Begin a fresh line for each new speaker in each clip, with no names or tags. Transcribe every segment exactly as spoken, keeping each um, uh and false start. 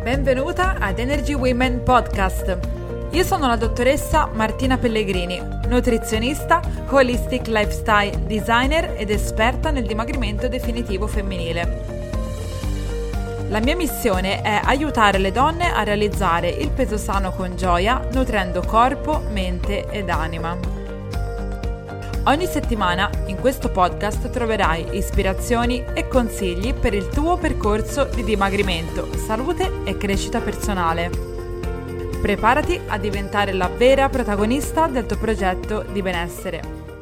Benvenuta ad Energy Women Podcast. Io sono la dottoressa Martina Pellegrini, nutrizionista, holistic lifestyle designer ed esperta nel dimagrimento definitivo femminile. La mia missione è aiutare le donne a realizzare il peso sano con gioia, nutrendo corpo, mente ed anima. Ogni settimana in questo podcast troverai ispirazioni e consigli per il tuo percorso di dimagrimento, salute e crescita personale. Preparati a diventare la vera protagonista del tuo progetto di benessere.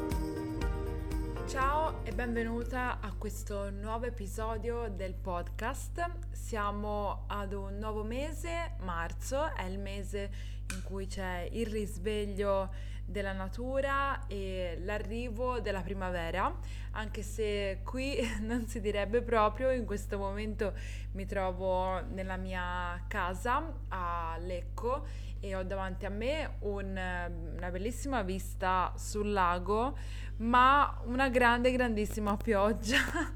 Ciao e benvenuta a questo nuovo episodio del podcast. Siamo ad un nuovo mese, marzo, è il mese in cui c'è il risveglio della natura e l'arrivo della primavera, anche se qui non si direbbe proprio. In questo momento mi trovo nella mia casa a Lecco e ho davanti a me un, una bellissima vista sul lago, ma una grande grandissima pioggia.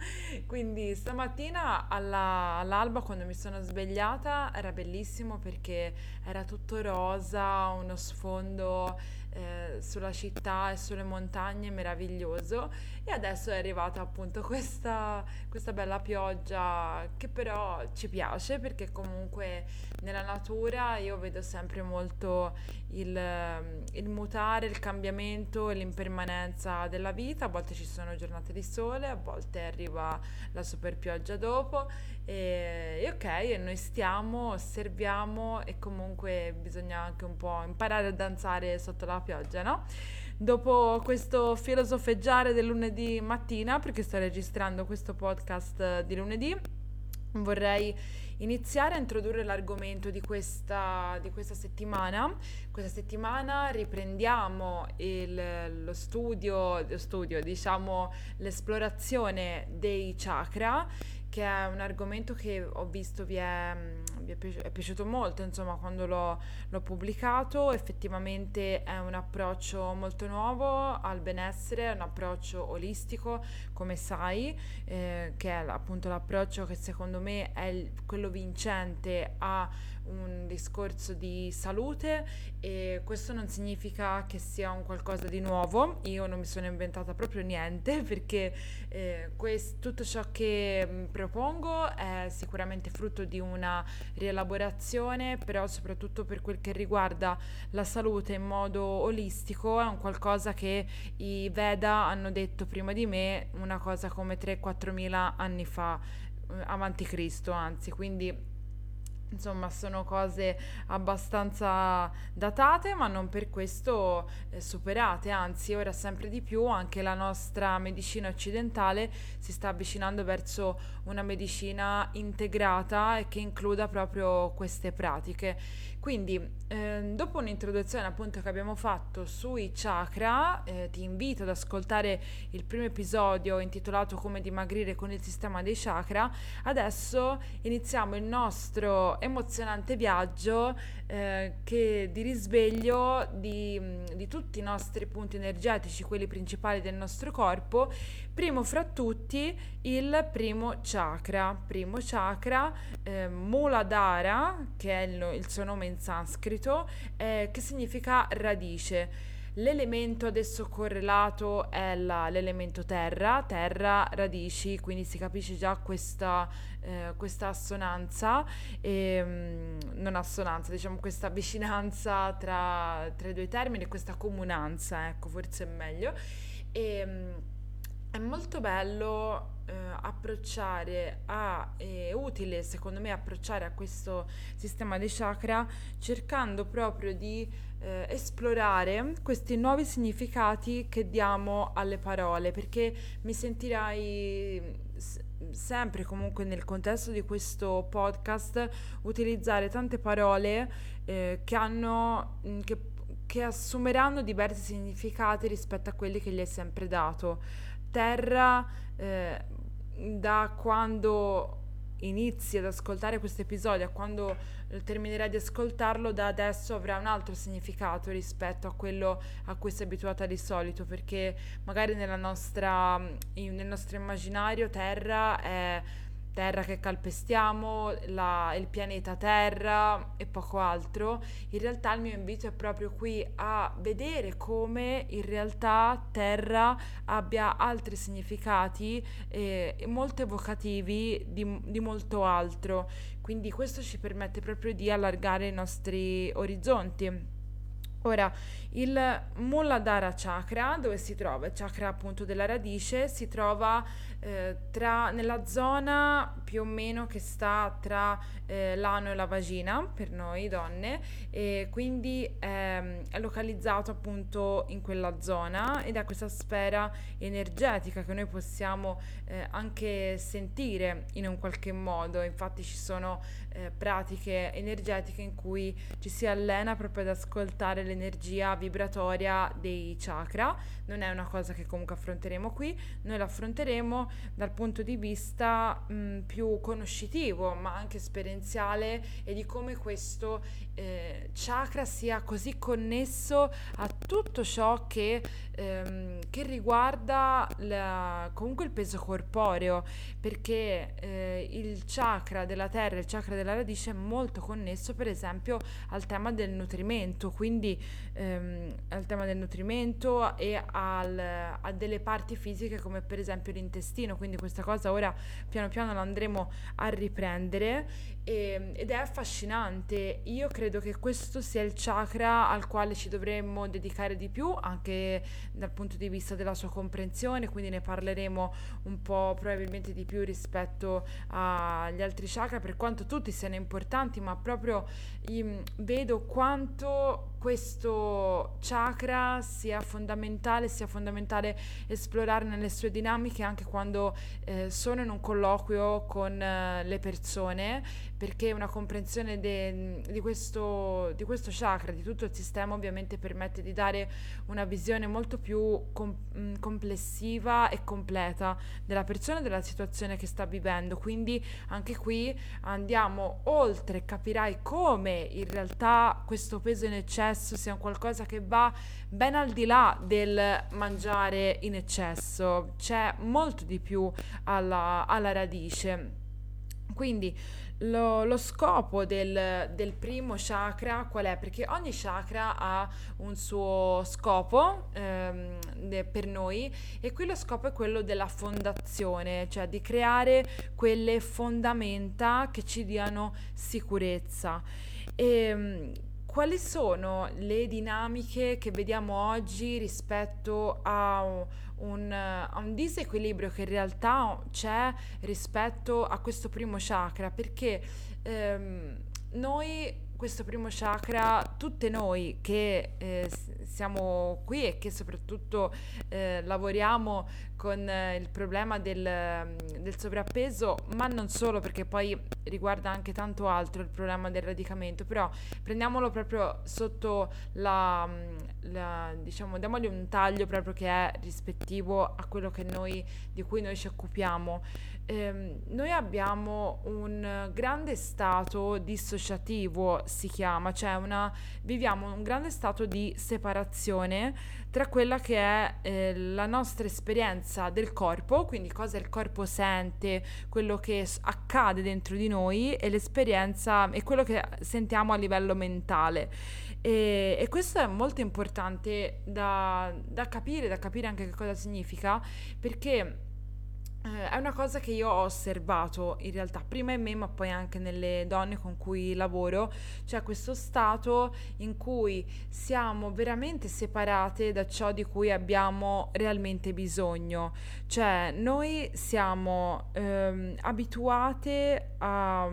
Quindi stamattina alla, all'alba, quando mi sono svegliata, era bellissimo perché era tutto rosa, uno sfondo eh, sulla città e sulle montagne meraviglioso, e adesso è arrivata appunto questa, questa bella pioggia che però ci piace, perché comunque nella natura io vedo sempre molto il, il mutare, il cambiamento e l'impermanenza della vita. A volte ci sono giornate di sole, a volte arriva la super pioggia dopo e, e ok, e noi stiamo, osserviamo, e comunque bisogna anche un po' imparare a danzare sotto la pioggia, no? Dopo questo filosofeggiare del lunedì mattina, perché sto registrando questo podcast di lunedì, vorrei iniziare a introdurre l'argomento di questa, di questa settimana. Questa settimana riprendiamo il, lo studio, lo studio, diciamo l'esplorazione dei chakra, che è un argomento che ho visto vi è, vi è, pi- è piaciuto molto, insomma, quando l'ho, l'ho pubblicato. Effettivamente è un approccio molto nuovo al benessere, è un approccio olistico, come sai, eh, che è appunto l'approccio che secondo me è il, quello vincente a un discorso di salute, e questo non significa che sia un qualcosa di nuovo. Io non mi sono inventata proprio niente, perché eh, quest- tutto ciò che mh, propongo è sicuramente frutto di una rielaborazione, però soprattutto per quel che riguarda la salute in modo olistico è un qualcosa che i Veda hanno detto prima di me, una cosa come tre quattro mila anni fa, eh, avanti Cristo, anzi, quindi insomma sono cose abbastanza datate, ma non per questo eh, superate, anzi ora sempre di più anche la nostra medicina occidentale si sta avvicinando verso una medicina integrata e che includa proprio queste pratiche. Quindi eh, dopo un'introduzione appunto che abbiamo fatto sui chakra, eh, ti invito ad ascoltare il primo episodio intitolato Come dimagrire con il sistema dei chakra. Adesso iniziamo il nostro emozionante viaggio eh, che di risveglio di, di tutti i nostri punti energetici, quelli principali del nostro corpo. Primo fra tutti il primo chakra, primo chakra eh, Muladhara, che è il, il suo nome in sanscrito, eh, che significa radice. L'elemento adesso correlato è la, l'elemento terra, terra, radici, quindi si capisce già questa, eh, questa assonanza, e, mm, non assonanza, diciamo questa vicinanza tra, tra i due termini, questa comunanza, ecco, forse è meglio. E, mm, è molto bello eh, approcciare a, è utile secondo me approcciare a questo sistema dei chakra cercando proprio di eh, esplorare questi nuovi significati che diamo alle parole, perché mi sentirai s- sempre comunque nel contesto di questo podcast utilizzare tante parole eh, che hanno mh, che, che assumeranno diversi significati rispetto a quelli che gli hai sempre dato. Terra, eh, da quando inizi ad ascoltare questo episodio a quando terminerai di ascoltarlo, da adesso avrà un altro significato rispetto a quello a cui sei abituata di solito, perché magari nella nostra, in- nel nostro immaginario terra è terra che calpestiamo, la- il pianeta Terra e poco altro. In realtà il mio invito è proprio qui a vedere come in realtà Terra abbia altri significati eh, molto evocativi di, di molto altro. Quindi questo ci permette proprio di allargare i nostri orizzonti. Ora, il Muladhara Chakra, dove si trova? Il chakra appunto della radice, si trova eh, tra, nella zona più o meno che sta tra eh, l'ano e la vagina per noi donne, e quindi ehm, è localizzato appunto in quella zona ed è questa sfera energetica che noi possiamo eh, anche sentire in un qualche modo. Infatti ci sono eh, pratiche energetiche in cui ci si allena proprio ad ascoltare l'energia vibratoria dei chakra. Non è una cosa che comunque affronteremo qui, noi l'affronteremo dal punto di vista mh, più conoscitivo, ma anche esperienziale, e di come questo eh, chakra sia così connesso a tutto ciò che, ehm, che riguarda la- comunque il peso corporeo, perché eh, il chakra della terra, il chakra della radice è molto connesso per esempio al tema del nutrimento, quindi ehm, al tema del nutrimento e al- a delle parti fisiche come per esempio l'intestino, quindi questa cosa ora piano piano la andremo a riprendere e- ed è affascinante. Io credo che questo sia il chakra al quale ci dovremmo dedicare di più anche dal punto di vista della sua comprensione, quindi ne parleremo un po' probabilmente di più rispetto agli altri chakra, per quanto tutti siano importanti, ma proprio im, vedo quanto questo chakra sia fondamentale, sia fondamentale esplorare nelle sue dinamiche anche quando eh, sono in un colloquio con eh, le persone, perché una comprensione de- di questo, di questo chakra, di tutto il sistema, ovviamente permette di dare una visione molto più com- mh, complessiva e completa della persona e della situazione che sta vivendo. Quindi anche qui andiamo oltre, capirai come in realtà questo peso in eccesso sia un qualcosa che va ben al di là del mangiare in eccesso, c'è molto di più alla, alla radice. Quindi lo, lo scopo del, del primo chakra qual è? Perché ogni chakra ha un suo scopo ehm, de- per noi, e qui lo scopo è quello della fondazione, cioè di creare quelle fondamenta che ci diano sicurezza. E, quali sono le dinamiche che vediamo oggi rispetto a un, un, a un disequilibrio che in realtà c'è rispetto a questo primo chakra? Perché ehm, noi, questo primo chakra, tutte noi che eh, s- siamo qui e che soprattutto eh, lavoriamo con eh, il problema del, mm, del sovrappeso, ma non solo, perché poi riguarda anche tanto altro il problema del radicamento, però prendiamolo proprio sotto la, mm, la- diciamo, diamogli un taglio proprio che è rispettivo a quello che noi, di cui noi ci occupiamo. Ehm, noi abbiamo un grande stato dissociativo, si chiama, cioè una, viviamo un grande stato di separazione tra quella che è eh, la nostra esperienza del corpo, quindi cosa il corpo sente, quello che s- accade dentro di noi, e l'esperienza e quello che sentiamo a livello mentale. E, e questo è molto importante da, da capire, da capire anche che cosa significa, perché eh, è una cosa che io ho osservato in realtà prima in me, ma poi anche nelle donne con cui lavoro, cioè questo stato in cui siamo veramente separate da ciò di cui abbiamo realmente bisogno. Cioè noi siamo ehm, abituate a,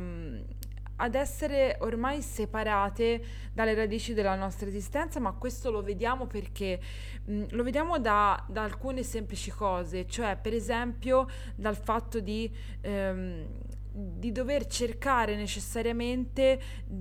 ad essere ormai separate dalle radici della nostra esistenza, ma questo lo vediamo perché mh, lo vediamo da, da alcune semplici cose, cioè per esempio dal fatto di ehm, di dover cercare necessariamente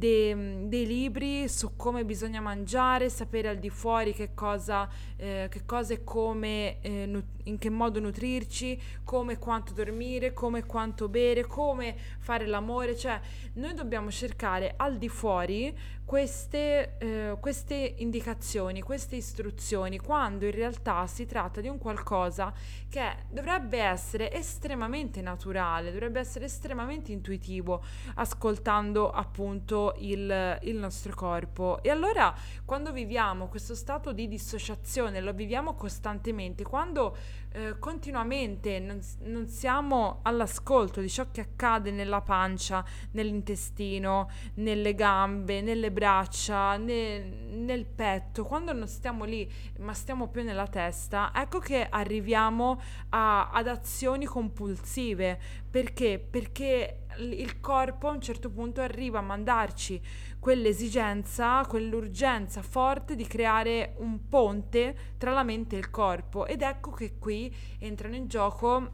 de- dei libri su come bisogna mangiare, sapere al di fuori che cosa, eh, che cosa e come, eh, nu- in che modo nutrirci, come e quanto dormire, come e quanto bere, come fare l'amore, cioè noi dobbiamo cercare al di fuori queste, eh, queste indicazioni, queste istruzioni, quando in realtà si tratta di un qualcosa che dovrebbe essere estremamente naturale, dovrebbe essere estremamente intuitivo, ascoltando appunto il, il nostro corpo. E allora, quando viviamo questo stato di dissociazione, lo viviamo costantemente, quando eh, continuamente non, non siamo all'ascolto di ciò che accade nella pancia, nell'intestino, nelle gambe, nelle braccia, nel, nel petto, quando non stiamo lì, ma stiamo più nella testa, ecco che arriviamo a- ad azioni compulsive. Perché? Perché l- il corpo a un certo punto arriva a mandarci quell'esigenza, quell'urgenza forte di creare un ponte tra la mente e il corpo. Ed ecco che qui entrano in gioco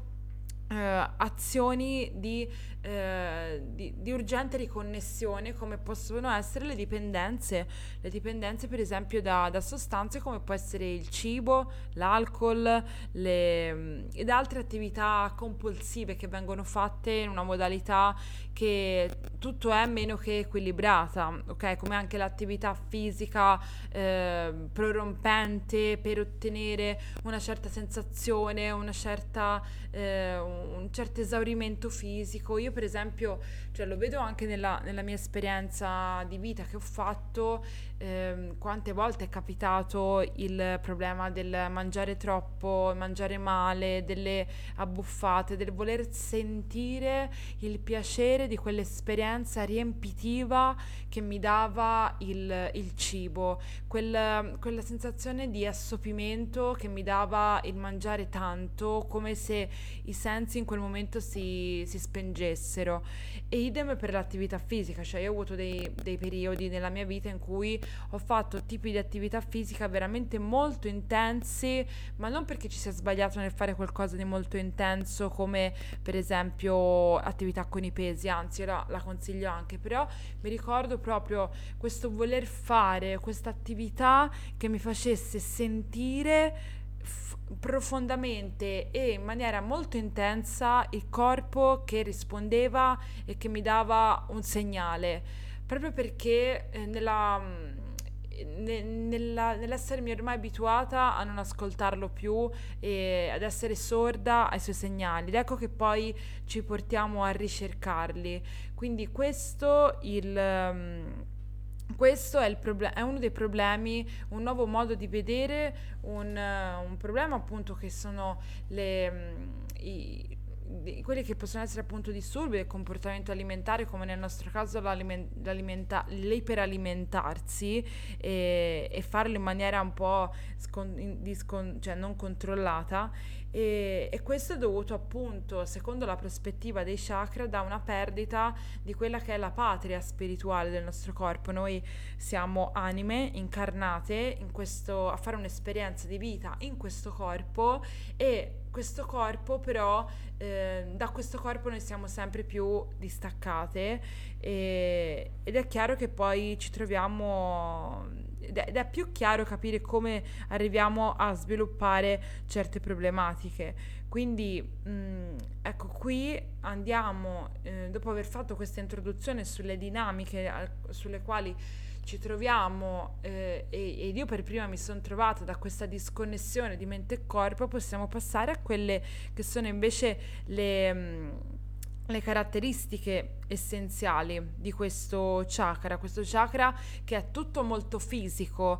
eh, azioni di, eh, di, di urgente riconnessione, come possono essere le dipendenze, le dipendenze per esempio da, da sostanze come può essere il cibo, l'alcol le, mm, ed altre attività compulsive che vengono fatte in una modalità che tutto è meno che equilibrata, ok? Come anche l'attività fisica eh, prorompente per ottenere una certa sensazione, una certa eh, un certo esaurimento fisico. Io per esempio, cioè, lo vedo anche nella, nella mia esperienza di vita che ho fatto, ehm, quante volte è capitato il problema del mangiare troppo, mangiare male, delle abbuffate, del voler sentire il piacere di quell'esperienza riempitiva che mi dava il, il cibo, quel- quella sensazione di assopimento che mi dava il mangiare tanto, come se i sensi in quel momento si, si spengessero. E idem per l'attività fisica, cioè io ho avuto dei, dei periodi nella mia vita in cui ho fatto tipi di attività fisica veramente molto intensi, ma non perché ci sia sbagliato nel fare qualcosa di molto intenso, come per esempio attività con i pesi, anzi io la, la consiglio anche, però mi ricordo proprio questo voler fare questa attività che mi facesse sentire f- profondamente e in maniera molto intensa il corpo che rispondeva e che mi dava un segnale, proprio perché eh, nella, mm, ne- nella- nell'essermi ormai abituata a non ascoltarlo più e ad essere sorda ai suoi segnali. Ed ecco che poi ci portiamo a ricercarli. Quindi questo il... mm, questo è, il proble- è uno dei problemi, un nuovo modo di vedere, un, eh, un problema appunto che sono le, mm, i- di- quelli che possono essere appunto disturbi del comportamento alimentare, come nel nostro caso l'alimen- l'alimenta- l'iperalimentarsi e, e farlo in maniera un po' scon- in- di scon- cioè non controllata. E, e questo è dovuto appunto, secondo la prospettiva dei chakra, da una perdita di quella che è la patria spirituale del nostro corpo. Noi siamo anime incarnate in questo, a fare un'esperienza di vita in questo corpo, e questo corpo però, eh, da questo corpo noi siamo sempre più distaccate, e- ed è chiaro che poi ci troviamo ed è, ed è più chiaro capire come arriviamo a sviluppare certe problematiche. Quindi, mh, ecco, qui andiamo, eh, dopo aver fatto questa introduzione sulle dinamiche al- sulle quali ci troviamo, eh, e, ed io per prima mi sono trovata da questa disconnessione di mente e corpo, possiamo passare a quelle che sono invece le, mh, le caratteristiche essenziali di questo chakra, questo chakra che è tutto molto fisico,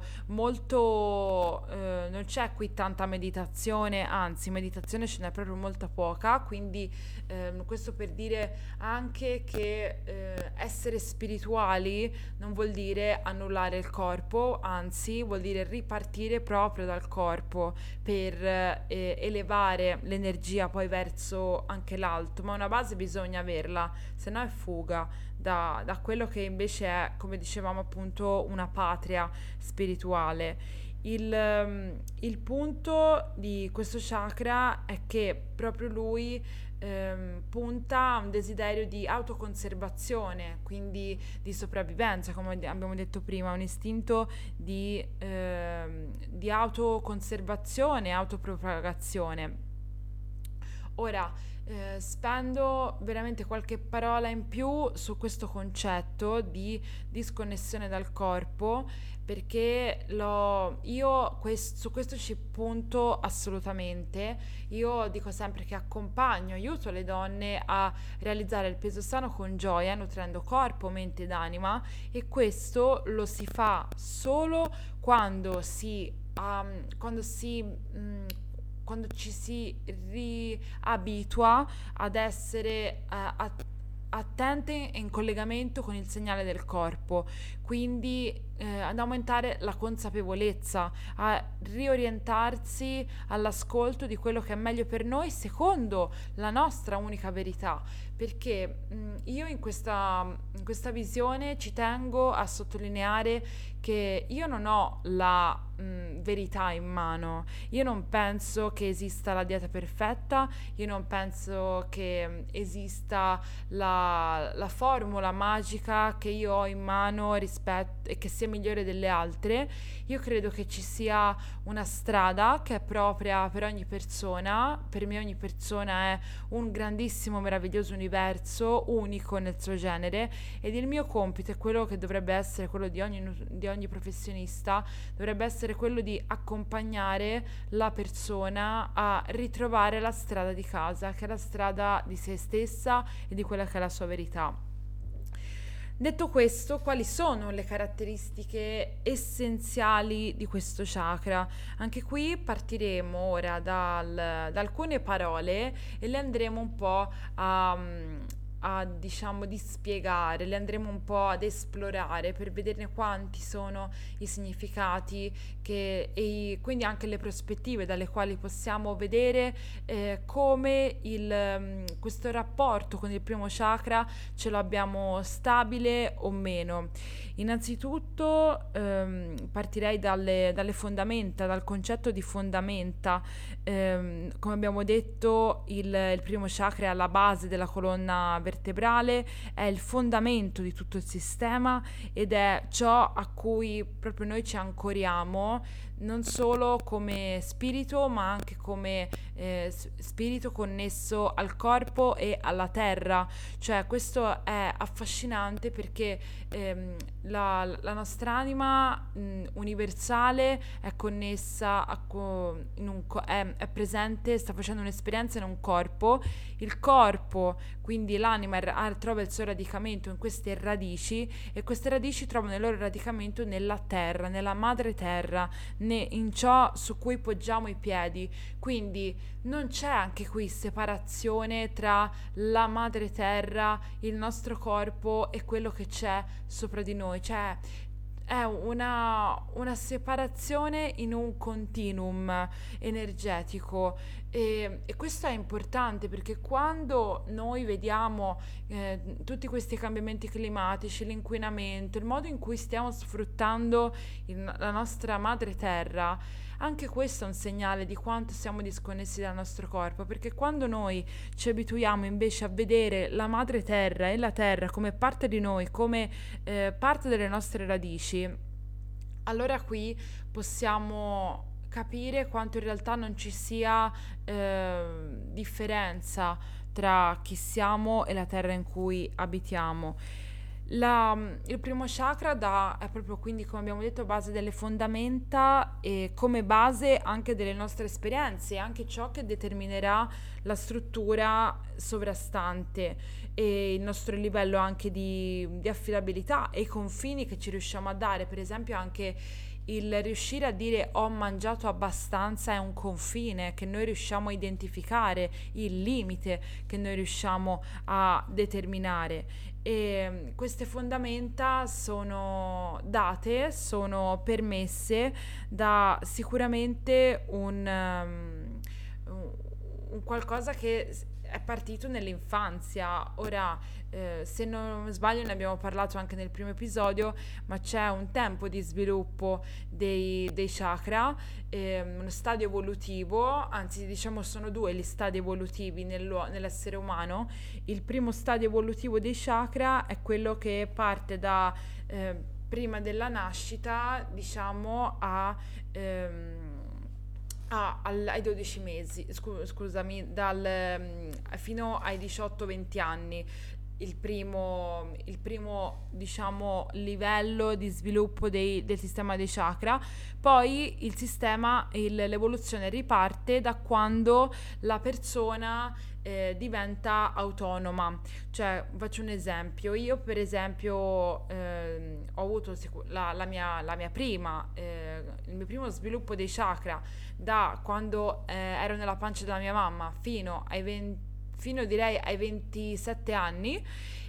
molto, eh, non c'è qui tanta meditazione, anzi meditazione ce n'è proprio molta poca, quindi ehm, questo per dire anche che eh, essere spirituali non vuol dire annullare il corpo, anzi vuol dire ripartire proprio dal corpo per eh, elevare l'energia poi verso anche l'alto, ma una base bisogna averla, se no è fuga da, da quello che invece è, come dicevamo appunto, una patria spirituale. il, ehm, il punto di questo chakra è che proprio lui ehm, punta a un desiderio di autoconservazione, quindi di sopravvivenza, come de- abbiamo detto prima, un istinto di, ehm, di autoconservazione, autopropagazione. Ora, eh, spendo veramente qualche parola in più su questo concetto di disconnessione dal corpo, perché l'ho, io quest- su questo ci punto assolutamente. Io dico sempre che accompagno, aiuto le donne a realizzare il peso sano con gioia, nutrendo corpo, mente ed anima, e questo lo si fa solo quando si, um, quando si mm, quando ci si riabitua ad essere eh, at- attente e in collegamento con il segnale del corpo, quindi eh, ad aumentare la consapevolezza, a riorientarsi all'ascolto di quello che è meglio per noi secondo la nostra unica verità. Perché mh, io in questa, in questa visione ci tengo a sottolineare che io non ho la mh, verità in mano. Io non penso che esista la dieta perfetta, io non penso che mh, esista la, la formula magica che io ho in mano rispetto e che sia migliore delle altre. Io credo che ci sia una strada che è propria per ogni persona. Per me ogni persona è un grandissimo, meraviglioso universo, unico nel suo genere, ed il mio compito è quello che dovrebbe essere quello di ogni, di ogni professionista, dovrebbe essere quello di accompagnare la persona a ritrovare la strada di casa, che è la strada di se stessa e di quella che è la sua verità. Detto questo, quali sono le caratteristiche essenziali di questo chakra? Anche qui partiremo ora dal- da alcune parole e le andremo un po' a, a, diciamo, dispiegare, le andremo un po' ad esplorare per vederne quanti sono i significati che, e i- quindi anche le prospettive dalle quali possiamo vedere eh, come il, mm, questo rapporto con il primo chakra ce lo abbiamo stabile o meno. Innanzitutto ehm, partirei dalle, dalle fondamenta, dal concetto di fondamenta. Ehm, come abbiamo detto, il, il primo chakra è alla base della colonna vertebrale, è il fondamento di tutto il sistema ed è ciò a cui proprio noi ci ancoriamo, non solo come spirito, ma anche come eh, s- spirito connesso al corpo e alla terra. Cioè, questo è affascinante perché ehm, la, la nostra anima mh, universale è connessa a co- in un co- è, è presente, sta facendo un'esperienza in un corpo. Il corpo, quindi l'anima, ra- ah, trova il suo radicamento in queste radici, e queste radici trovano il loro radicamento nella terra, nella madre terra, né in ciò su cui poggiamo i piedi. Quindi non c'è anche qui separazione tra la madre terra, il nostro corpo e quello che c'è sopra di noi. Cioè è una, una separazione in un continuum energetico, e, e questo è importante perché quando noi vediamo eh, tutti questi cambiamenti climatici, l'inquinamento, il modo in cui stiamo sfruttando il- la nostra madre terra, anche questo è un segnale di quanto siamo disconnessi dal nostro corpo, perché quando noi ci abituiamo invece a vedere la madre terra e la terra come parte di noi, come eh, parte delle nostre radici, allora qui possiamo capire quanto in realtà non ci sia eh, differenza tra chi siamo e la terra in cui abitiamo. La- il primo chakra dà, è proprio quindi, come abbiamo detto, base delle fondamenta e come base anche delle nostre esperienze, anche ciò che determinerà la struttura sovrastante e il nostro livello anche di, di affidabilità e i confini che ci riusciamo a dare. Per esempio anche il riuscire a dire ho mangiato abbastanza è un confine che noi riusciamo a identificare, il limite che noi riusciamo a determinare. E queste fondamenta sono date, sono permesse da sicuramente un, um, un qualcosa che è partito nell'infanzia. Ora, eh, se non sbaglio, ne abbiamo parlato anche nel primo episodio, ma c'è un tempo di sviluppo dei, dei chakra, ehm, uno stadio evolutivo, anzi diciamo sono due gli stadi evolutivi nello- nell'essere umano. Il primo stadio evolutivo dei chakra è quello che parte da eh, prima della nascita, diciamo, a... ehm, Ah, al- ai dodici mesi, scu- scusami, dal, ehm, fino ai diciotto venti anni, il primo, il primo, diciamo, livello di sviluppo dei- del sistema dei chakra. Poi il sistema, il- l'evoluzione riparte da quando la persona eh, diventa autonoma. Cioè, faccio un esempio, io per esempio ehm, ho avuto sicu- la, la mia, la mia prima, eh, il mio primo sviluppo dei chakra da quando eh, ero nella pancia della mia mamma fino ai venti, fino direi ai ventisette anni,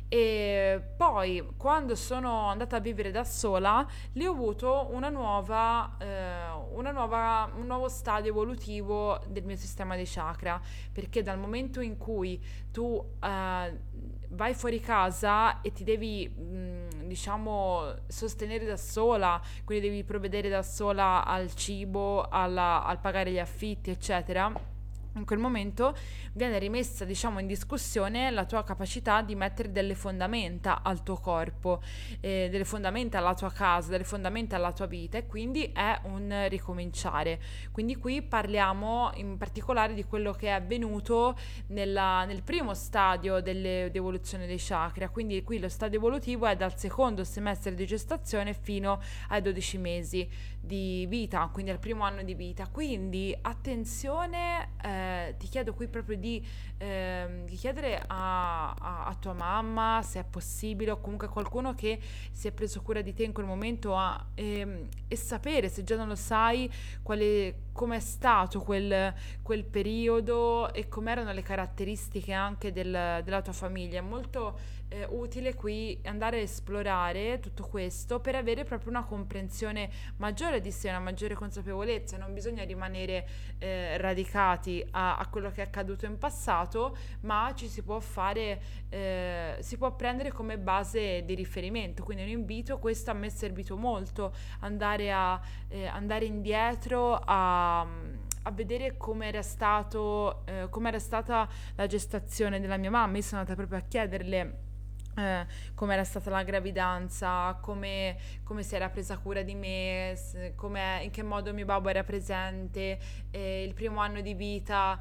e poi quando sono andata a vivere da sola lì ho avuto una nuova, eh, una nuova, un nuovo stadio evolutivo del mio sistema dei chakra, perché dal momento in cui tu eh, vai fuori casa e ti devi mh, diciamo sostenere da sola, quindi devi provvedere da sola al cibo, alla- al pagare gli affitti, eccetera. In quel momento viene rimessa, diciamo, in discussione la tua capacità di mettere delle fondamenta al tuo corpo, eh, delle fondamenta alla tua casa, delle fondamenta alla tua vita, e quindi è un ricominciare. Quindi qui parliamo in particolare di quello che è avvenuto nella- nel primo stadio delle- di evoluzione dei chakra. Quindi qui lo stadio evolutivo è dal secondo semestre di gestazione fino ai dodici mesi di vita, quindi al primo anno di vita. Quindi attenzione, eh, ti chiedo qui proprio di, ehm, di chiedere a, a- a tua mamma se è possibile, o comunque a qualcuno che si è preso cura di te in quel momento, a, ehm, e sapere, se già non lo sai, quale, com'è stato quel, quel periodo e com'erano le caratteristiche anche del- della tua famiglia. È molto eh, utile qui andare a esplorare tutto questo per avere proprio una comprensione maggiore di sé, una maggiore consapevolezza. Non bisogna rimanere eh, radicati a, a quello che è accaduto in passato, ma ci si può fare, eh, si può prendere come base di riferimento. Quindi un invito, questo a me è servito molto, andare, a, eh, andare indietro a a vedere come era stato, eh, com'era stata la gestazione della mia mamma. Io sono andata proprio a chiederle eh, come era stata la gravidanza, come, come si era presa cura di me, s- come, in che modo mio babbo era presente, eh, il primo anno di vita,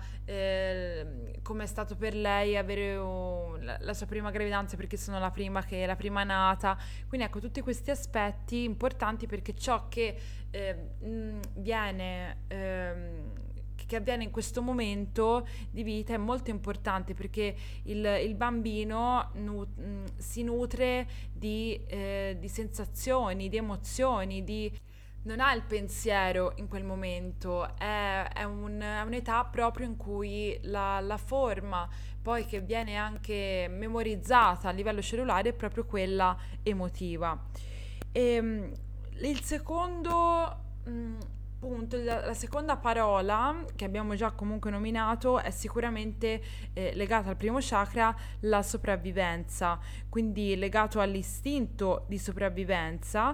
eh, come è stato per lei avere un- la, la sua prima gravidanza, perché sono la prima che la prima nata. Quindi ecco, tutti questi aspetti importanti, perché ciò che eh, mh, viene... ehm, che avviene in questo momento di vita è molto importante, perché il, il bambino nu- mh, si nutre di, eh, di sensazioni, di emozioni, di... non ha il pensiero in quel momento, è, è un- è un'età proprio in cui la, la forma poi che viene anche memorizzata a livello cellulare è proprio quella emotiva. Ehm, il secondo mh, punto, la, la seconda parola che abbiamo già comunque nominato è sicuramente eh, legata al primo chakra, la sopravvivenza, quindi legato all'istinto di sopravvivenza,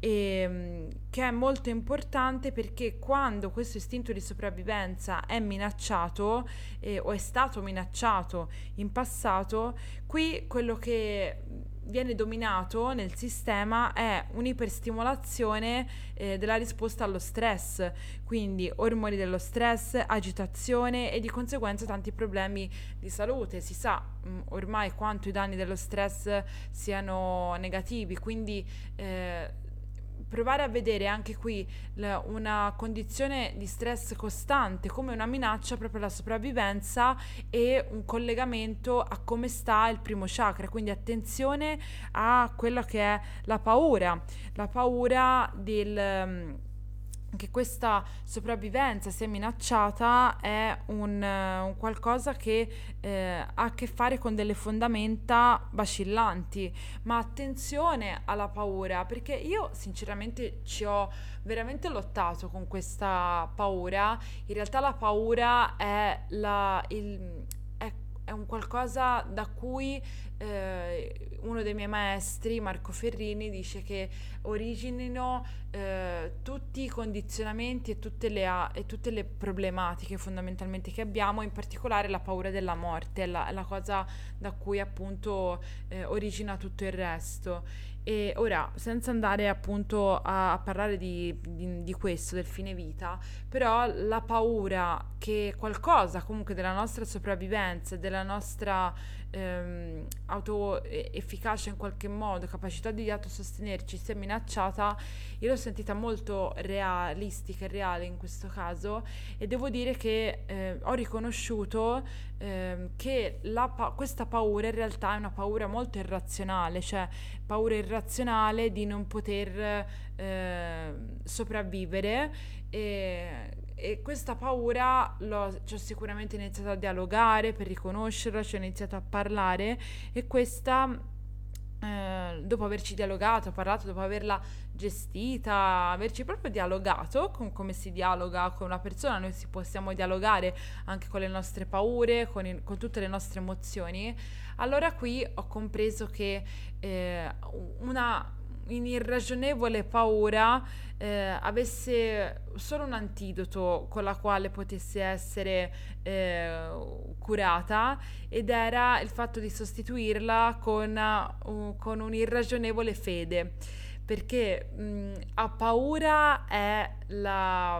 ehm, che è molto importante, perché quando questo istinto di sopravvivenza è minacciato eh, o è stato minacciato in passato, qui quello che viene dominato nel sistema è un'iperstimolazione eh, della risposta allo stress, quindi ormoni dello stress, agitazione e di conseguenza tanti problemi di salute. Si sa mh, ormai quanto i danni dello stress siano negativi, quindi eh, provare a vedere anche qui l- una condizione di stress costante come una minaccia proprio alla sopravvivenza e un collegamento a come sta il primo chakra. Quindi attenzione a quello che è la paura, la paura del... mm, che questa sopravvivenza sia minacciata è un, eh, un qualcosa che eh, ha a che fare con delle fondamenta vacillanti. Ma attenzione alla paura, perché io sinceramente ci ho veramente lottato con questa paura. In realtà la paura è la, il, è è un qualcosa da cui eh, uno dei miei maestri, Marco Ferrini, dice che originino eh, tutti i condizionamenti e tutte le, a- e tutte le problematiche fondamentalmente che abbiamo, in particolare la paura della morte, è la, è la cosa da cui appunto eh, origina tutto il resto. E ora, senza andare appunto a, a parlare di, di- di questo, del fine vita, però la paura che qualcosa comunque della nostra sopravvivenza, della nostra ehm, auto-efficacia in qualche modo, capacità di autosostenerci sia minacciata, io l'ho sentita molto realistica e reale in questo caso, e devo dire che eh, ho riconosciuto ehm, che la pa- questa paura in realtà è una paura molto irrazionale, cioè paura irrazionale di non poter eh, sopravvivere, e, e questa paura l'ho, ci ho sicuramente iniziato a dialogare per riconoscerla, ci ho iniziato a parlare, e questa eh, dopo averci dialogato, parlato, dopo averla gestita, averci proprio dialogato con come si dialoga con una persona, noi si possiamo dialogare anche con le nostre paure, con, il- con tutte le nostre emozioni. Allora qui ho compreso che eh, una un'irragionevole paura eh, avesse solo un antidoto con la quale potesse essere eh, curata, ed era il fatto di sostituirla con, uh, con un'irragionevole fede, perché mh, a paura è la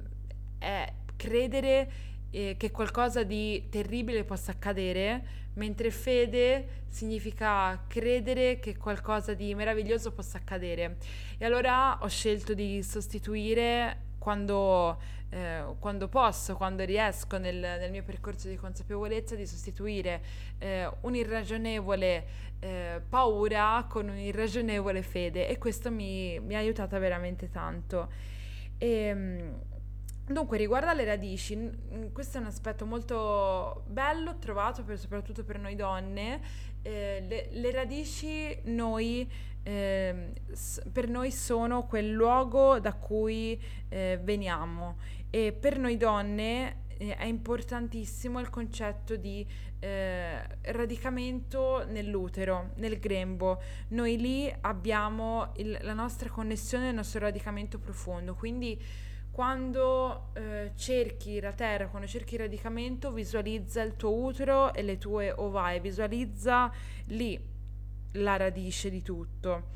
è credere eh, che qualcosa di terribile possa accadere, mentre fede significa credere che qualcosa di meraviglioso possa accadere. E allora ho scelto di sostituire quando, eh, quando posso, quando riesco nel, nel mio percorso di consapevolezza, di sostituire eh, un'irragionevole eh, paura con un'irragionevole fede, e questo mi, mi ha aiutata veramente tanto. E, dunque, riguardo alle radici, n- questo è un aspetto molto bello, trovato per- soprattutto per noi donne. Eh, le, le radici noi, ehm, s- per noi sono quel luogo da cui eh, veniamo, e per noi donne eh, è importantissimo il concetto di eh, radicamento nell'utero, nel grembo. Noi lì abbiamo il- la nostra connessione, il nostro radicamento profondo, quindi quando eh, cerchi la terra, quando cerchi il radicamento, visualizza il tuo utero e le tue ovaie, visualizza lì la radice di tutto.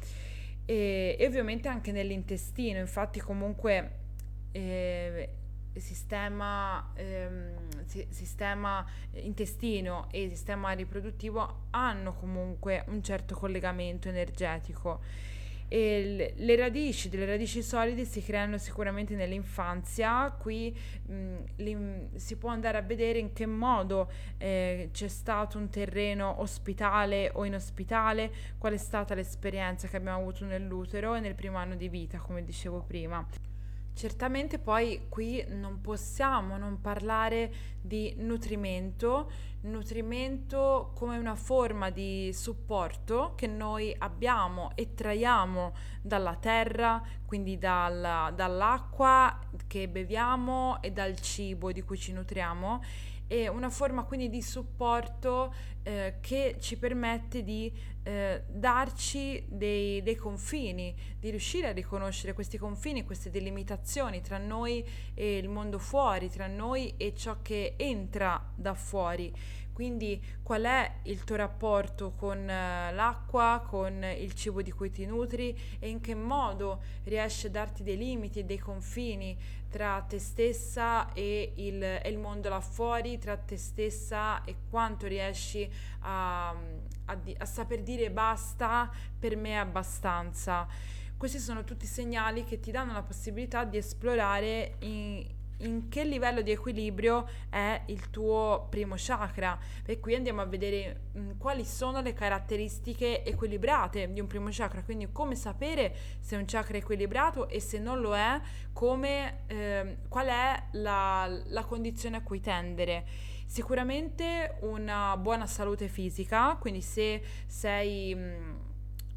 E, e ovviamente anche nell'intestino, infatti comunque eh, il sistema, ehm, si- sistema intestino e sistema riproduttivo hanno comunque un certo collegamento energetico. E l- le radici, delle radici solide si creano sicuramente nell'infanzia. Qui mh, l'in- si può andare a vedere in che modo eh, c'è stato un terreno ospitale o inospitale, qual è stata l'esperienza che abbiamo avuto nell'utero e nel primo anno di vita, come dicevo prima. Certamente poi qui non possiamo non parlare di nutrimento, nutrimento come una forma di supporto che noi abbiamo e traiamo dalla terra, quindi dalla- dall'acqua che beviamo e dal cibo di cui ci nutriamo, e una forma quindi di supporto eh, che ci permette di eh, darci dei, dei confini, di riuscire a riconoscere questi confini, queste delimitazioni tra noi e il mondo fuori, tra noi e ciò che entra da fuori. Quindi qual è il tuo rapporto con eh, l'acqua, con il cibo di cui ti nutri, e in che modo riesci a darti dei limiti e dei confini tra te stessa e il, e il mondo là fuori, tra te stessa e quanto riesci a, a, di- a saper dire basta, per me è abbastanza. Questi sono tutti segnali che ti danno la possibilità di esplorare in, in che livello di equilibrio è il tuo primo chakra. E qui andiamo a vedere mh, quali sono le caratteristiche equilibrate di un primo chakra, quindi come sapere se un chakra è equilibrato, e se non lo è, come, ehm, qual è la, la condizione a cui tendere. Sicuramente una buona salute fisica, quindi se sei mh,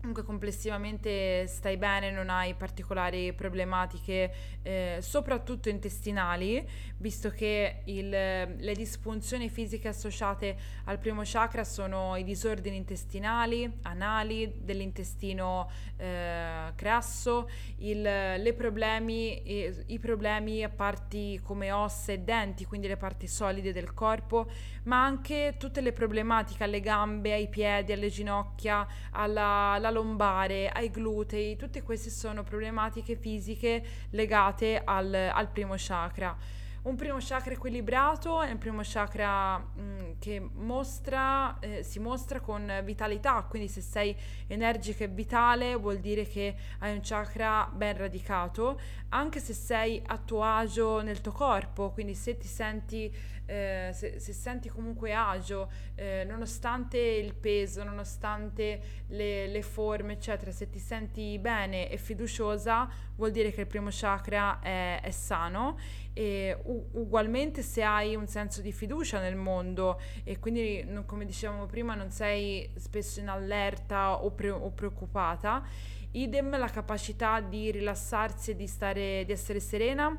comunque complessivamente stai bene, non hai particolari problematiche, eh, soprattutto intestinali, visto che il- le disfunzioni fisiche associate al primo chakra sono i disordini intestinali, anali, dell'intestino eh, grasso, il- le problemi, i, i problemi a parti come ossa e denti, quindi le parti solide del corpo, ma anche tutte le problematiche alle gambe, ai piedi, alle ginocchia, alla, alla lombare, ai glutei. Tutte queste sono problematiche fisiche legate al, al primo chakra. Un primo chakra equilibrato è un primo chakra mh, che mostra, eh, si mostra con vitalità, quindi se sei energica e vitale vuol dire che hai un chakra ben radicato, anche se sei a tuo agio nel tuo corpo, quindi se ti senti eh, se, se senti comunque agio, eh, nonostante il peso, nonostante le, le forme, eccetera, se ti senti bene e fiduciosa, vuol dire che il primo chakra è, è sano. E u- ugualmente se hai un senso di fiducia nel mondo e quindi, non- come dicevamo prima, non sei spesso in allerta o, pre- o preoccupata, idem la capacità di rilassarsi e di stare, di essere serena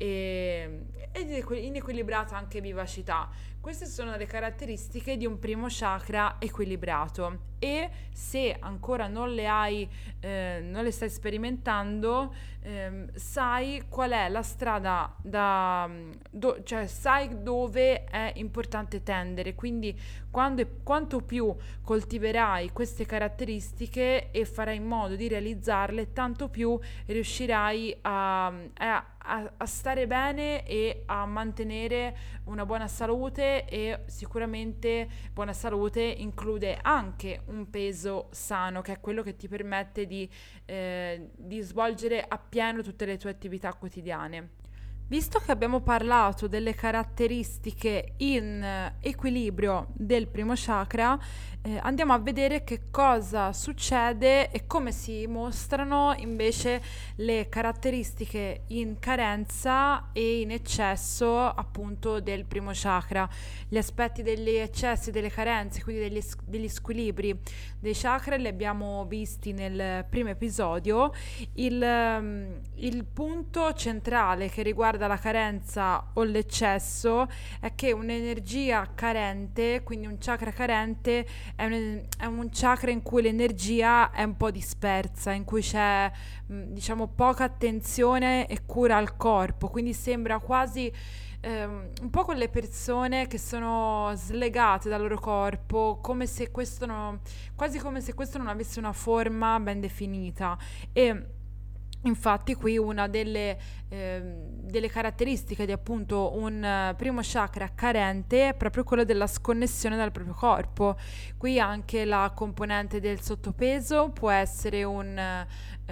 e, e di equi- in equilibrata anche vivacità. Queste sono le caratteristiche di un primo chakra equilibrato e se ancora non le hai, eh, non le stai sperimentando, ehm, sai qual è la strada da, do- cioè sai dove è importante tendere, quindi quando e- quanto più coltiverai queste caratteristiche e farai in modo di realizzarle, tanto più riuscirai a, a- a- a stare bene e a mantenere una buona salute, e sicuramente buona salute include anche un peso sano, che è quello che ti permette di, eh, di svolgere appieno tutte le tue attività quotidiane. Visto che abbiamo parlato delle caratteristiche in eh, equilibrio del primo chakra, eh, andiamo a vedere che cosa succede e come si mostrano invece le caratteristiche in carenza e in eccesso appunto del primo chakra. Gli aspetti degli eccessi, delle carenze, quindi degli, s- degli squilibri dei chakra li abbiamo visti nel primo episodio. Il, ehm, il punto centrale che riguarda la carenza o l'eccesso è che un'energia carente, quindi un chakra carente, è un, è un chakra in cui l'energia è un po' dispersa, in cui c'è mh, diciamo poca attenzione e cura al corpo, quindi sembra quasi ehm, un po' quelle persone che sono slegate dal loro corpo, come se questo non, quasi come se questo non avesse una forma ben definita. E infatti qui una delle, ehm, delle caratteristiche di appunto un eh, primo chakra carente è proprio quello della sconnessione dal proprio corpo. Qui anche la componente del sottopeso può essere un, eh,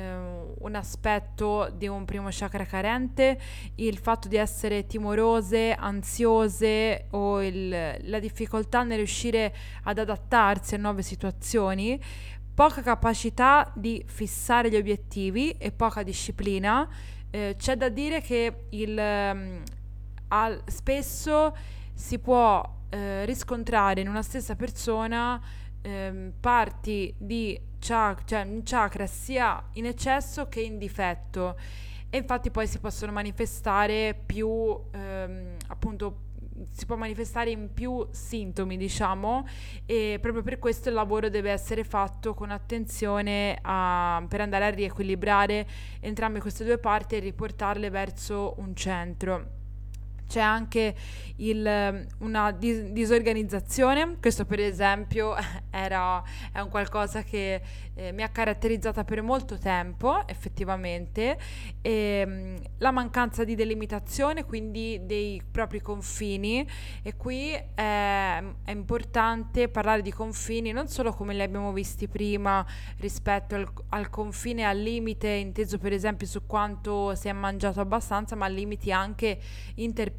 un aspetto di un primo chakra carente, il fatto di essere timorose, ansiose o il- la difficoltà nel riuscire ad adattarsi a nuove situazioni, poca capacità di fissare gli obiettivi e poca disciplina. Eh, c'è da dire che il, ehm, al- spesso si può eh, riscontrare in una stessa persona ehm, parti di chak- cioè un chakra sia in eccesso che in difetto, e infatti poi si possono manifestare più ehm, appunto si può manifestare in più sintomi, diciamo, e proprio per questo il lavoro deve essere fatto con attenzione a- per andare a riequilibrare entrambe queste due parti e riportarle verso un centro. C'è anche il, una dis- disorganizzazione, questo per esempio era, è un qualcosa che eh, mi ha caratterizzata per molto tempo, effettivamente, e, mh, la mancanza di delimitazione, quindi dei propri confini, e qui è, è importante parlare di confini non solo come li abbiamo visti prima rispetto al, al confine al limite, inteso per esempio su quanto si è mangiato abbastanza, ma limiti anche interpersonali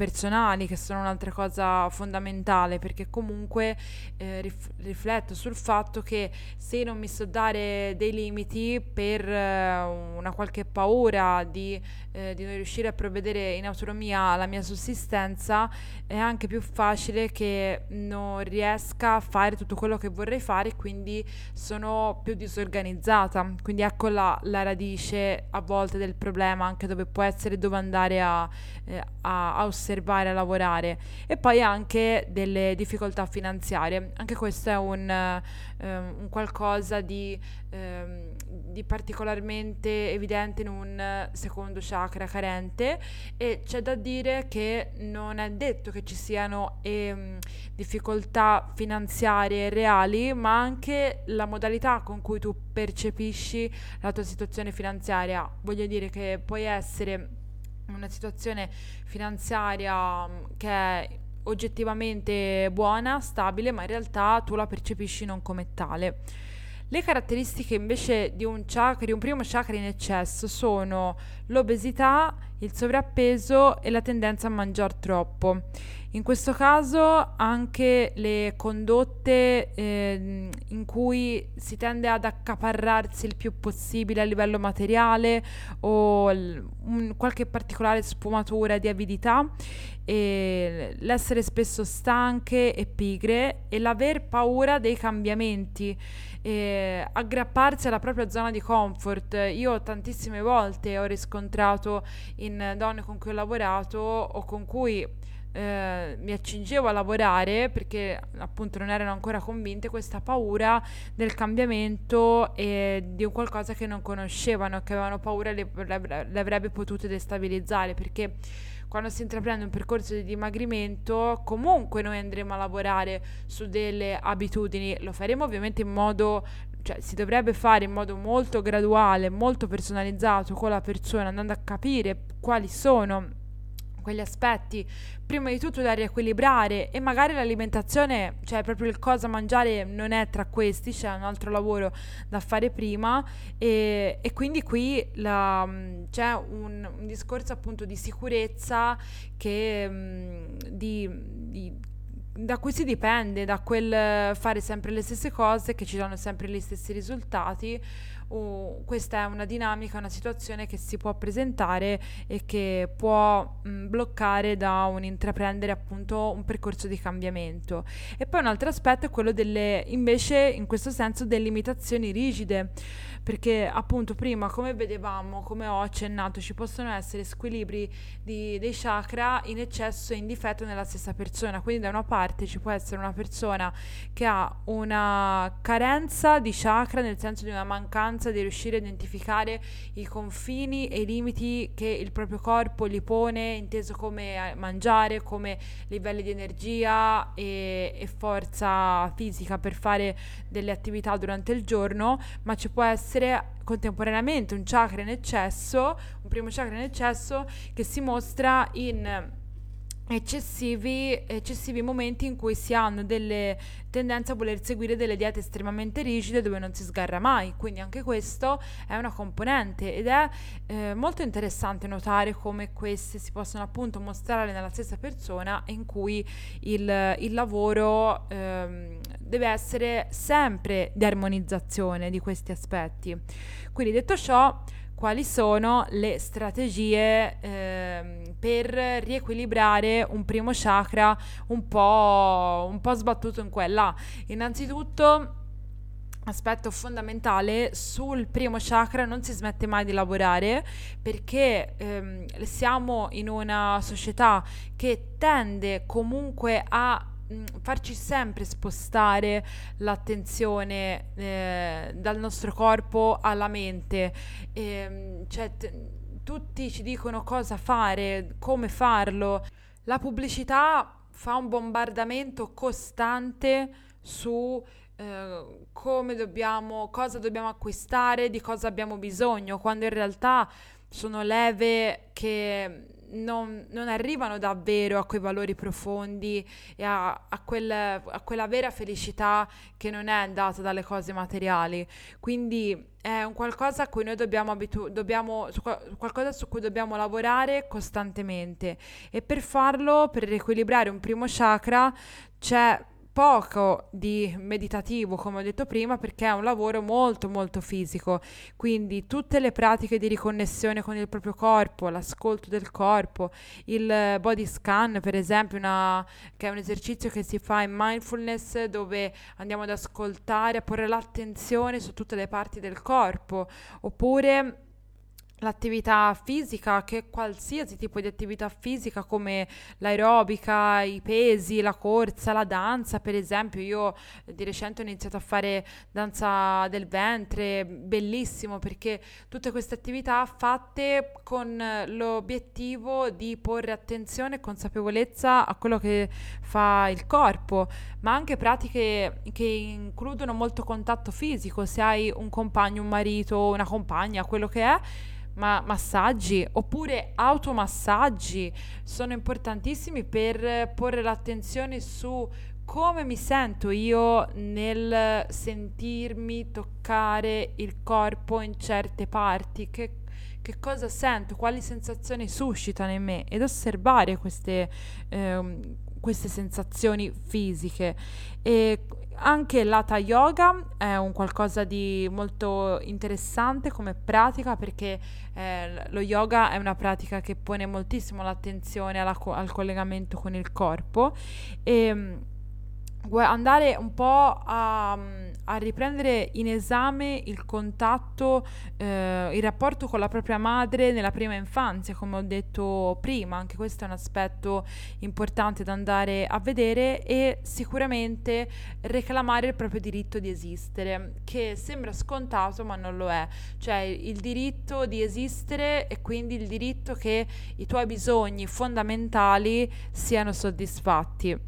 personali, che sono un'altra cosa fondamentale, perché comunque eh, rif- rifletto sul fatto che se non mi so dare dei limiti per eh, una qualche paura di, eh, di non riuscire a provvedere in autonomia alla mia sussistenza, è anche più facile che non riesca a fare tutto quello che vorrei fare e quindi sono più disorganizzata. Quindi ecco la, la radice a volte del problema, anche dove può essere, dove andare a, eh, a, a osservare, a lavorare. E poi anche delle difficoltà finanziarie. Anche questo è un, eh, un qualcosa di, ehm, di particolarmente evidente in un secondo chakra carente, e c'è da dire che non è detto che ci siano ehm, difficoltà finanziarie reali, ma anche la modalità con cui tu percepisci la tua situazione finanziaria. Voglio dire che puoi essere una situazione finanziaria mm, che è oggettivamente buona, stabile, ma in realtà tu la percepisci non come tale. Le caratteristiche invece di un chakra, di un primo chakra in eccesso, sono l'obesità, il sovrappeso e la tendenza a mangiare troppo. In questo caso anche le condotte eh, in cui si tende ad accaparrarsi il più possibile a livello materiale, o l- un- qualche particolare sfumatura di avidità, e l'essere spesso stanche e pigre, e l'aver paura dei cambiamenti, e aggrapparsi alla propria zona di comfort. Io tantissime volte ho riscontrato in donne con cui ho lavorato o con cui eh, mi accingevo a lavorare, perché appunto non erano ancora convinte, questa paura del cambiamento e di un qualcosa che non conoscevano, che avevano paura le, le, le avrebbe potute destabilizzare, perché quando si intraprende un percorso di dimagrimento comunque noi andremo a lavorare su delle abitudini. Lo faremo ovviamente in modo, cioè si dovrebbe fare in modo molto graduale, molto personalizzato con la persona, andando a capire quali sono quegli aspetti prima di tutto da riequilibrare, e magari l'alimentazione, cioè proprio il cosa mangiare, non è tra questi, c'è un altro lavoro da fare prima, e, e quindi qui la, c'è un, un discorso appunto di sicurezza che mh, di, di da cui si dipende, da quel fare sempre le stesse cose che ci danno sempre gli stessi risultati. Uh, questa è una dinamica, una situazione che si può presentare e che può mh, bloccare da un intraprendere appunto un percorso di cambiamento. E poi un altro aspetto è quello delle, invece, in questo senso, delle limitazioni rigide, perché appunto prima, come vedevamo, come ho accennato, ci possono essere squilibri di, dei chakra in eccesso e in difetto nella stessa persona. Quindi da una parte ci può essere una persona che ha una carenza di chakra, nel senso di una mancanza di riuscire a identificare i confini e i limiti che il proprio corpo gli pone, inteso come mangiare, come livelli di energia e, e forza fisica per fare delle attività durante il giorno, ma ci può essere contemporaneamente un chakra in eccesso, un primo chakra in eccesso, che si mostra in eccessivi, eccessivi momenti in cui si hanno delle tendenze a voler seguire delle diete estremamente rigide dove non si sgarra mai. Quindi anche questo è una componente, ed è eh, molto interessante notare come queste si possono appunto mostrare nella stessa persona, in cui il, il lavoro ehm, deve essere sempre di armonizzazione di questi aspetti. Quindi detto ciò, quali sono le strategie ehm, per riequilibrare un primo chakra un po', un po' sbattuto in quella? Innanzitutto, aspetto fondamentale, sul primo chakra non si smette mai di lavorare, perché ehm, siamo in una società che tende comunque a farci sempre spostare l'attenzione eh, dal nostro corpo alla mente, e, cioè, t- tutti ci dicono cosa fare, come farlo. La pubblicità fa un bombardamento costante su eh, come dobbiamo, cosa dobbiamo acquistare, di cosa abbiamo bisogno, quando in realtà sono leve che non, non arrivano davvero a quei valori profondi e a, a, quel, a quella vera felicità che non è data dalle cose materiali. Quindi è un qualcosa a cui noi dobbiamo, abitu- dobbiamo su, qualcosa su cui dobbiamo lavorare costantemente, e per farlo, per riequilibrare un primo chakra, c'è poco di meditativo, come ho detto prima, perché è un lavoro molto molto fisico. Quindi tutte le pratiche di riconnessione con il proprio corpo, l'ascolto del corpo, il body scan per esempio, una, che è un esercizio che si fa in mindfulness, dove andiamo ad ascoltare, a porre l'attenzione su tutte le parti del corpo, oppure l'attività fisica, che qualsiasi tipo di attività fisica come l'aerobica, i pesi, la corsa, la danza per esempio. Io di recente ho iniziato a fare danza del ventre, bellissimo, perché tutte queste attività fatte con l'obiettivo di porre attenzione e consapevolezza a quello che fa il corpo, ma anche pratiche che includono molto contatto fisico. Se hai un compagno, un marito, una compagna, quello che è, ma massaggi oppure automassaggi sono importantissimi per porre l'attenzione su come mi sento io nel sentirmi toccare il corpo in certe parti, che, che cosa sento, quali sensazioni suscitano in me, ed osservare queste, ehm, queste sensazioni fisiche. E anche l'Hatha Yoga è un qualcosa di molto interessante come pratica, perché eh, lo yoga è una pratica che pone moltissimo l'attenzione alla co- al collegamento con il corpo, e gua- andare un po' a, a riprendere in esame il contatto, eh, il rapporto con la propria madre nella prima infanzia, come ho detto prima. Anche questo è un aspetto importante da andare a vedere, e sicuramente reclamare il proprio diritto di esistere, che sembra scontato ma non lo è. Cioè il diritto di esistere, e quindi il diritto che i tuoi bisogni fondamentali siano soddisfatti.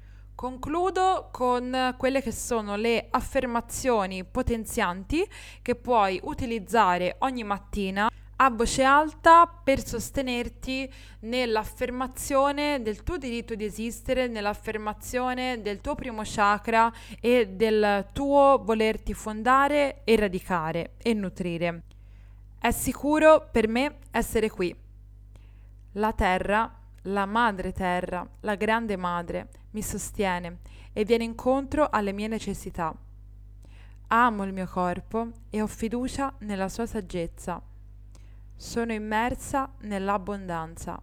Concludo con quelle che sono le affermazioni potenzianti che puoi utilizzare ogni mattina a voce alta per sostenerti nell'affermazione del tuo diritto di esistere, nell'affermazione del tuo primo chakra e del tuo volerti fondare e radicare e nutrire. È sicuro per me essere qui. La terra, la madre terra, la grande madre, mi sostiene e viene incontro alle mie necessità. Amo il mio corpo e ho fiducia nella sua saggezza. Sono immersa nell'abbondanza.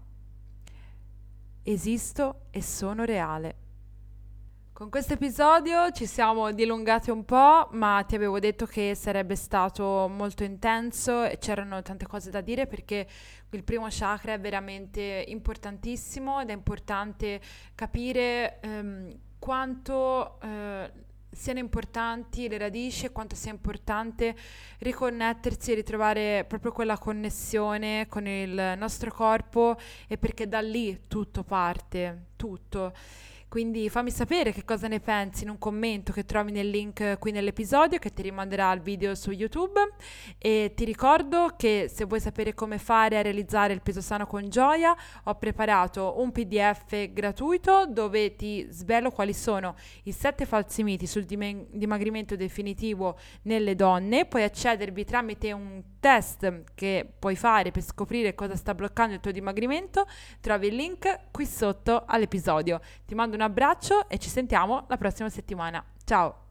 Esisto e sono reale. Con questo episodio ci siamo dilungati un po', ma ti avevo detto che sarebbe stato molto intenso e c'erano tante cose da dire, perché il primo chakra è veramente importantissimo, ed è importante capire ehm, quanto eh, siano importanti le radici e quanto sia importante riconnettersi e ritrovare proprio quella connessione con il nostro corpo, e perché da lì tutto parte, tutto. Quindi fammi sapere che cosa ne pensi in un commento che trovi nel link qui nell'episodio, che ti rimanderà al video su YouTube. E ti ricordo che se vuoi sapere come fare a realizzare il peso sano con gioia, ho preparato un P D F gratuito dove ti svelo quali sono i sette falsi miti sul dim- dimagrimento definitivo nelle donne. Puoi accedervi tramite un test che puoi fare per scoprire cosa sta bloccando il tuo dimagrimento. Trovi il link qui sotto all'episodio. Ti mando un abbraccio e ci sentiamo la prossima settimana. Ciao!